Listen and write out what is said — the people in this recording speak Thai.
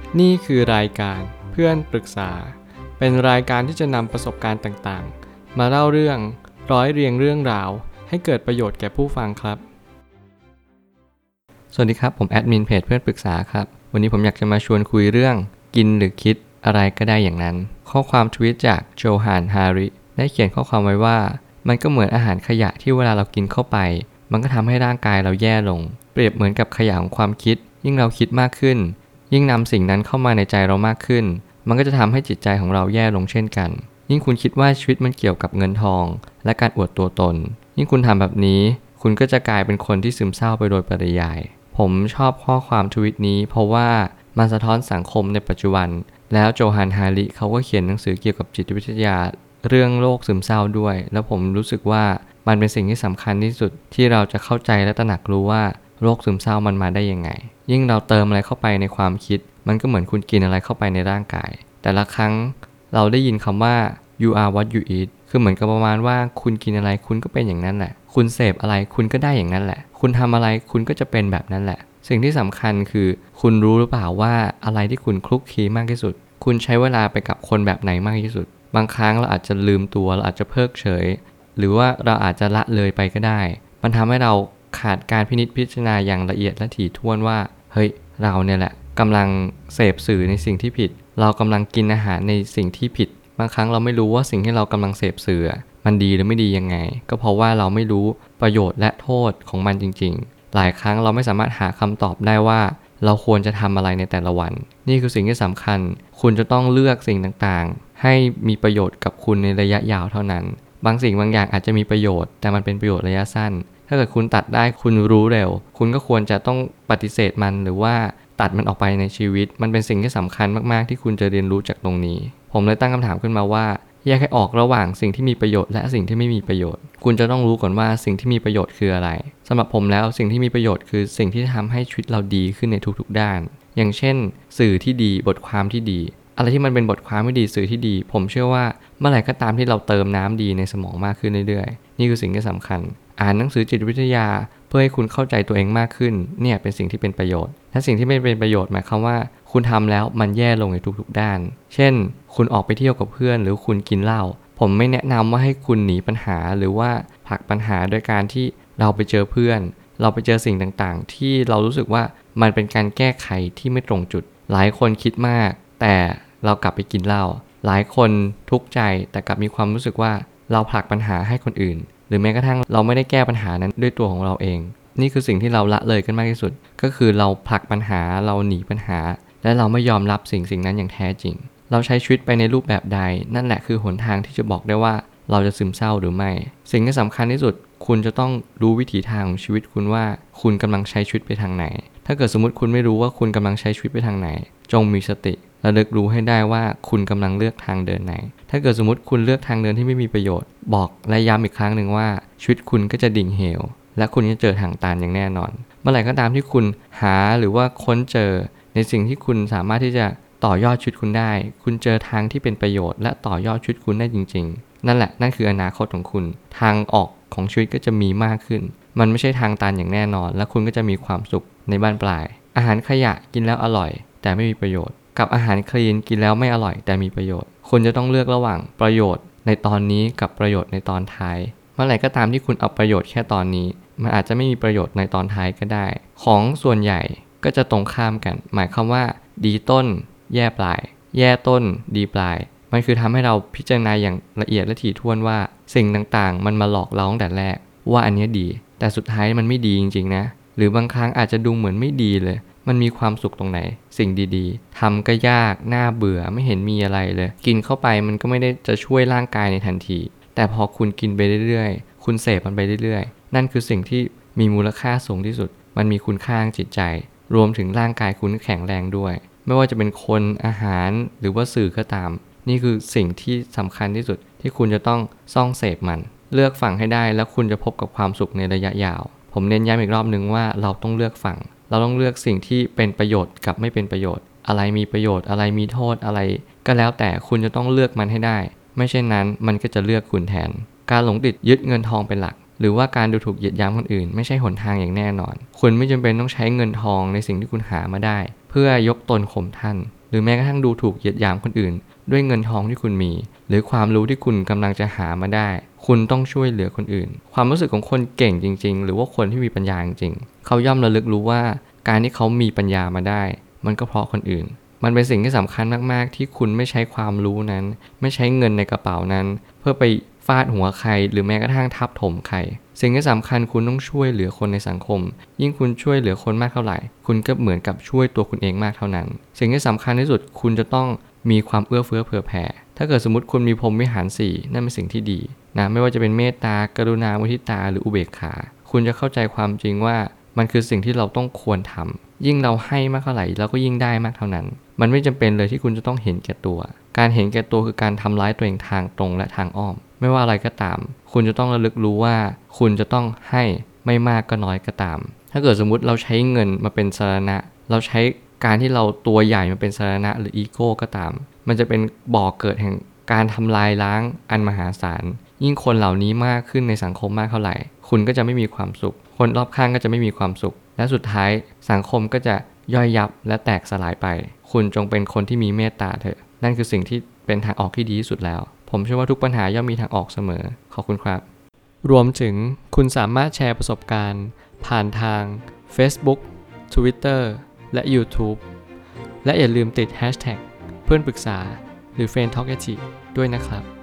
นี่คือรายการเพื่อนปรึกษาเป็นรายการที่จะนำประสบการณ์ต่างๆมาเล่าเรื่องร้อยเรียงเรื่องราวให้เกิดประโยชน์แก่ผู้ฟังครับสวัสดีครับผมแอดมินเพจเพื่อนปรึกษาครับวันนี้ผมอยากจะมาชวนคุยเรื่องกินหรือคิดอะไรก็ได้อย่างนั้นข้อความทวีตจากโจฮานฮาริได้เขียนข้อความไว้ว่ามันก็เหมือนอาหารขยะที่เวลาเรากินเข้าไปมันก็ทำให้ร่างกายเราแย่ลงเปรียบเหมือนกับขยะของความคิดยิ่งเราคิดมากขึ้นยิ่งนำสิ่งนั้นเข้ามาในใจเรามากขึ้นมันก็จะทำให้จิตใจของเราแย่ลงเช่นกันยิ่งคุณคิดว่าชีวิตมันเกี่ยวกับเงินทองและการอวดตัวตนยิ่งคุณทำแบบนี้คุณก็จะกลายเป็นคนที่ซึมเศร้าไปโดยปริยายผมชอบข้อความทวิตนี้เพราะว่ามันสะท้อนสังคมในปัจจุบันแล้วโจฮันฮาริเขาก็เขียนหนังสือเกี่ยวกับจิตวิทยาเรื่องโรคซึมเศร้าด้วยแล้วผมรู้สึกว่ามันเป็นสิ่งที่สำคัญที่สุดที่เราจะเข้าใจและตระหนักรู้ว่าโรคซึมเศร้ามันมาได้ยังไงยิ่งเราเติมอะไรเข้าไปในความคิดมันก็เหมือนคุณกินอะไรเข้าไปในร่างกายแต่ละครั้งเราได้ยินคำว่า you are what you eat คือเหมือนกับประมาณว่าคุณกินอะไรคุณก็เป็นอย่างนั้นแหละคุณเสพอะไรคุณก็ได้อย่างนั้นแหละคุณทำอะไรคุณก็จะเป็นแบบนั้นแหละสิ่งที่สำคัญคือคุณรู้หรือเปล่าว่าอะไรที่คุณคลุกคลีมากที่สุดคุณใช้เวลาไปกับคนแบบไหนมากที่สุดบางครั้งเราอาจจะลืมตัวเราอาจจะเพิกเฉยหรือว่าเราอาจจะละเลยไปก็ได้มันทำให้เราขาดการพินิจพิจารณาอย่างละเอียดและถี่ถ้วนว่าเฮ้ยเราเนี่ยแหละกำลังเสพสื่อในสิ่งที่ผิดเรากำลังกินอาหารในสิ่งที่ผิดบางครั้งเราไม่รู้ว่าสิ่งที่เรากำลังเสพสื่อมันดีหรือไม่ดียังไงก็เพราะว่าเราไม่รู้ประโยชน์และโทษของมันจริงๆหลายครั้งเราไม่สามารถหาคำตอบได้ว่าเราควรจะทำอะไรในแต่ละวันนี่คือสิ่งที่สำคัญคุณจะต้องเลือกสิ่งต่างๆให้มีประโยชน์กับคุณในระยะยาวเท่านั้นบางสิ่งบางอย่างอาจจะมีประโยชน์แต่มันเป็นประโยชน์ระยะสั้นถ้าเกิดคุณตัดได้คุณรู้เร็วคุณก็ควรจะต้องปฏิเสธมันหรือว่าตัดมันออกไปในชีวิตมันเป็นสิ่งที่สำคัญมากๆที่คุณจะเรียนรู้จากตรงนี้ผมเลยตั้งคำถามขึ้นมาว่าแยกให้ออกระหว่างสิ่งที่มีประโยชน์และสิ่งที่ไม่มีประโยชน์คุณจะต้องรู้ก่อนว่าสิ่งที่มีประโยชน์คืออะไรสำหรับผมแล้วสิ่งที่มีประโยชน์คือสิ่งที่ทำให้ชีวิตเราดีขึ้นในทุกๆด้านอย่างเช่นสื่อที่ดีบทความที่ดีอะไรที่มันเป็นบทความที่ดีสื่อที่ดีผมเชื่อว่าเมื่อไหร่ก็ตามที่เราเติมน้ำดีในสมองมากขึ้นเรื่อยๆนี่คือสิ่งที่สำคัญอ่านหนังสือจิตวิทยาเพื่อให้คุณเข้าใจตัวเองมากขึ้นเนี่ยเป็นสิ่งที่เป็นประโยชน์และสิ่งที่ไม่เป็นประโยชน์หมายความว่าคุณทำแล้วมันแย่ลงในทุกๆด้านเช่นคุณออกไปเที่ยวกับเพื่อนหรือคุณกินเหล้าผมไม่แนะนำว่าให้คุณหนีปัญหาหรือว่าผลักปัญหาโดยการที่เราไปเจอเพื่อนเราไปเจอสิ่งต่างๆที่เรารู้สึกว่ามันเป็นการแก้ไขที่ไม่ตรงจุดหลายคนคิดมากแต่เรากลับไปกินเหล้าหลายคนทุกข์ใจแต่กลับมีความรู้สึกว่าเราผลักปัญหาให้คนอื่นหรือแม้กระทั่งเราไม่ได้แก้ปัญหานั้นด้วยตัวของเราเองนี่คือสิ่งที่เราละเลยกันมากที่สุดก็คือเราผลักปัญหาเราหนีปัญหาและเราไม่ยอมรับสิ่งนั้นอย่างแท้จริงเราใช้ชีวิตไปในรูปแบบใดนั่นแหละคือหนทางที่จะบอกได้ว่าเราจะซึมเศร้าหรือไม่สิ่งที่สำคัญที่สุดคุณจะต้องรู้วิถีทางของชีวิตคุณว่าคุณกำลังใช้ชีวิตไปทางไหนถ้าเกิดสมมติคุณไม่รู้ว่าคุณกำลังใช้ชีวิตไปทางไหนจงมีสติระลึกรู้ให้ได้ว่าคุณกำลังเลือกทางเดินไหนถ้าเกิดสมมติคุณเลือกทางเดินที่ไม่มีประโยชน์บอกและย้ำอีกครั้งหนึ่งว่าชีวิตคุณก็จะดิ่งเหวและคุณจะเจอทางตันอย่างแน่นอนเมื่อไหร่ก็ตามที่คุณหาหรือว่าค้นเจอในสิ่งที่คุณสามารถที่จะต่อยอดชีวิตคุณได้คุณเจอทางที่เป็นประโยชน์และต่อยอดชีวิตคุณได้จริงๆนั่นแหละนั่นคืออนาคตของคุณทางออกของชีวิตก็จะมีมากขึ้นมันไม่ใช่ทางตันอย่างแน่นอนและคุณก็จะมีความสุขในบ้านปลายอาหารขยะกินแล้วอร่อยแต่ไม่มีประโยชน์กับอาหารคลีนกินแล้วไม่อร่อยแต่มีประโยชน์คุณจะต้องเลือกระหว่างประโยชน์ในตอนนี้กับประโยชน์ในตอนท้ายเมื่อไหร่ก็ตามที่คุณเอาประโยชน์แค่ตอนนี้มันอาจจะไม่มีประโยชน์ในตอนท้ายก็ได้ของส่วนใหญ่ก็จะตรงข้ามกันหมายความว่าดีต้นแย่ปลายแย่ต้นดีปลายมันคือทำให้เราพิจารณาอย่างละเอียดและถี่ถ้วนว่าสิ่งต่างๆมันมาหลอกเราตั้งแต่แรกว่าอันนี้ดีแต่สุดท้ายมันไม่ดีจริงๆนะหรือบางครั้งอาจจะดูเหมือนไม่ดีเลยมันมีความสุขตรงไหนสิ่งดีๆทำก็ยากน่าเบื่อไม่เห็นมีอะไรเลยกินเข้าไปมันก็ไม่ได้จะช่วยร่างกายในทันทีแต่พอคุณกินไปเรื่อยๆคุณเสพมันไปเรื่อยๆนั่นคือสิ่งที่มีมูลค่าสูงที่สุดมันมีคุณค่าทางจิตใจรวมถึงร่างกายคุณแข็งแรงด้วยไม่ว่าจะเป็นคนอาหารหรือว่าสื่อก็ตามนี่คือสิ่งที่สำคัญที่สุดที่คุณจะต้องซ่องเสพมันเลือกฝั่งให้ได้แล้วคุณจะพบกับความสุขในระยะยาวผมเน้นย้ำอีกรอบนึงว่าเราต้องเลือกฝั่งเราต้องเลือกสิ่งที่เป็นประโยชน์กับไม่เป็นประโยชน์อะไรมีประโยชน์อะไรมีโทษอะไรก็แล้วแต่คุณจะต้องเลือกมันให้ได้ไม่เช่นนั้นมันก็จะเลือกคุณแทนการหลงติดยึดเงินทองเป็นหลักหรือว่าการดูถูกเหยียดหยามคนอื่นไม่ใช่หนทางอย่างแน่นอนคุณไม่จำเป็นต้องใช้เงินทองในสิ่งที่คุณหามาได้เพื่อยกตนข่มท่านหรือแม้กระทั่งดูถูกเหยียดหยามคนอื่นด้วยเงินทองที่คุณมีหรือความรู้ที่คุณกำลังจะหามาได้คุณต้องช่วยเหลือคนอื่นความรู้สึกของคนเก่งจริงๆหรือว่าคนที่มีปัญญาจริงๆเขาย่อมระลึกรู้ว่าการที่เขามีปัญญามาได้มันก็เพราะคนอื่นมันเป็นสิ่งที่สำคัญมากๆที่คุณไม่ใช้ความรู้นั้นไม่ใช้เงินในกระเป๋านั้นเพื่อไปฟาดหัวใครหรือแม้กระทั่งทับถมใครสิ่งที่สำคัญคุณต้องช่วยเหลือคนในสังคมยิ่งคุณช่วยเหลือคนมากเท่าไหร่คุณก็เหมือนกับช่วยตัวคุณเองมากเท่านั้นสิ่งที่สำคัญที่สุดคุณจะต้องมีความเอื้อเฟื้อเผื่อแผ่ถ้าเกิดสมมติคุณมีพรหมวิหาร4นั่นเป็นสิ่งที่ดีนะไม่ว่าจะเป็นเมตตากรุณามุทิตาหรืออุเบกขาคุณจะเข้าใจความจริงว่ามันคือสิ่งที่เราต้องควรทำยิ่งเราให้มากเท่าไหร่เราก็ยิ่งได้มากเท่านั้นมันไม่จำเป็นเลยที่คุณจะต้องเห็นแก่ตัวการเห็นแก่ตัวคือการทำร้ายตัวเองทางตรงและทางอ้อมไม่ว่าอะไรก็ตามคุณจะต้องระลึกรู้ว่าคุณจะต้องให้ไม่มากก็น้อยก็ตามถ้าเกิดสมมุติเราใช้เงินมาเป็นสาระเราใช้การที่เราตัวใหญ่มาเป็นสาระหรืออีโก้ก็ตามมันจะเป็นบ่อเกิดแห่งการทำลายล้างอันมหาศาลยิ่งคนเหล่านี้มากขึ้นในสังคมมากเท่าไหร่คุณก็จะไม่มีความสุขคนรอบข้างก็จะไม่มีความสุขและสุดท้ายสังคมก็จะย่อยยับและแตกสลายไปคุณจงเป็นคนที่มีเมตตาเถอะนั่นคือสิ่งที่เป็นทางออกที่ดีที่สุดแล้วผมเชื่อว่าทุกปัญหาย่อมมีทางออกเสมอขอบคุณครับรวมถึงคุณสามารถแชร์ประสบการณ์ผ่านทาง Facebook Twitter และ YouTube และอย่าลืมติด Hashtag เพื่อนปรึกษาหรือ Friend Talk ด้วยนะครับ